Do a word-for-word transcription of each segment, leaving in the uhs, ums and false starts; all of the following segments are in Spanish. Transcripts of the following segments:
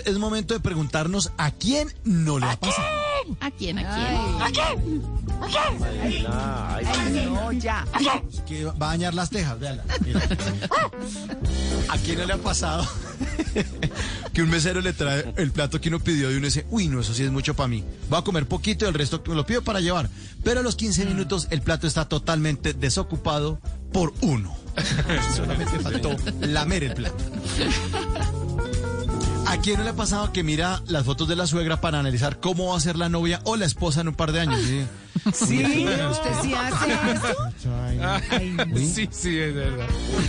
es momento de preguntarnos a quién no le ha pasado. ¿A quién? ¿A quién? ¿A quién? ¿A quién? Ay, nah, ay, Ay, no, ya. ¿A quién? Que va a dañar las tejas, véala. Mira. ¿A quién no le ha pasado que un mesero le trae el plato que uno pidió y uno dice, uy, no, eso sí es mucho para mí? Voy a comer poquito y el resto lo pido para llevar. Pero a los quince minutos el plato está totalmente desocupado por uno. Solamente faltó lamer el plato. ¿A quién no le ha pasado que mira las fotos de la suegra para analizar cómo va a ser la novia o la esposa en un par de años? ¿Sí? Sí, ¿usted sí hace eso? Ay, no. sí, sí, es verdad.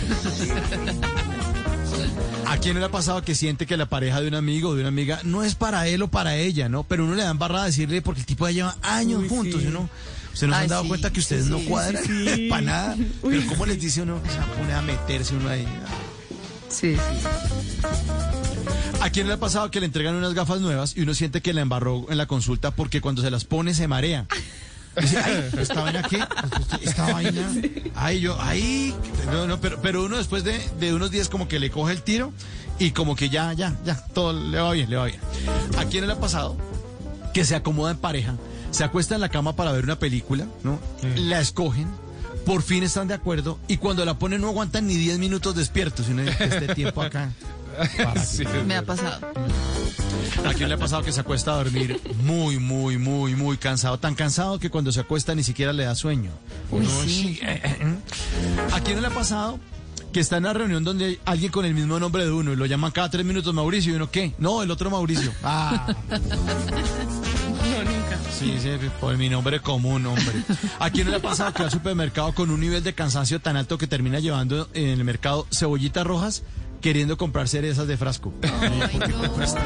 ¿A quién no le ha pasado que siente que la pareja de un amigo o de una amiga no es para él o para ella, ¿no? Pero uno le da embarrada a decirle porque el tipo ya lleva años Uy, juntos, sí. ¿no? ¿Ustedes no se Ay, han dado sí, cuenta que ustedes sí, no sí, cuadran sí, sí. para nada? Uy, Pero ¿cómo sí. les dice uno que se va a poner a meterse uno ahí? Sí, sí. ¿A quién le ha pasado que le entregan unas gafas nuevas y uno siente que la embarró en la consulta porque cuando se las pone se marea? Dice, ay, ¿esta vaina qué? ¿Esta vaina? Ay, yo, ay. No, no, pero, pero uno después de, de unos días como que le coge el tiro y como que ya, ya, ya, todo le va bien, le va bien. ¿A quién le ha pasado que se acomoda en pareja, se acuesta en la cama para ver una película, ¿no? La escogen, por fin están de acuerdo y cuando la ponen no aguantan ni diez minutos despiertos, sino este tiempo acá. ¿Para Sí, qué? Me ha pasado. ¿A quién le ha pasado que se acuesta a dormir muy, muy, muy, muy cansado? Tan cansado que cuando se acuesta ni siquiera le da sueño. Uy, Uno, sí. eh, eh, eh. ¿A quién le ha pasado que está en una reunión donde hay alguien con el mismo nombre de uno y lo llaman cada tres minutos Mauricio y uno qué? No, el otro Mauricio. Ah. No, nunca. Sí, sí, por mi nombre común, hombre. ¿A quién no le ha pasado que va al supermercado con un nivel de cansancio tan alto que termina llevando en el mercado cebollitas rojas queriendo comprar cerezas de frasco? Ay, no.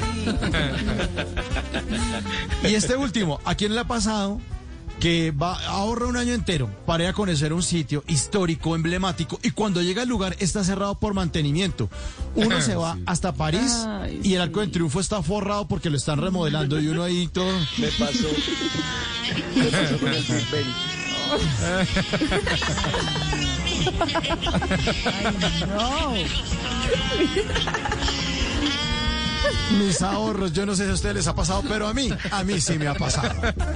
Y este último, ¿a quién le ha pasado que va ahorra un año entero para ir a conocer un sitio histórico, emblemático, y cuando llega al lugar está cerrado por mantenimiento? Uno se va Sí. hasta París Ay, y el Arco sí. del Triunfo está forrado porque lo están remodelando y uno ahí todo... Me pasó. Me pasó con el Big Ben. No. Mis ahorros, yo no sé si a ustedes les ha pasado, pero a mí, a mí sí me ha pasado.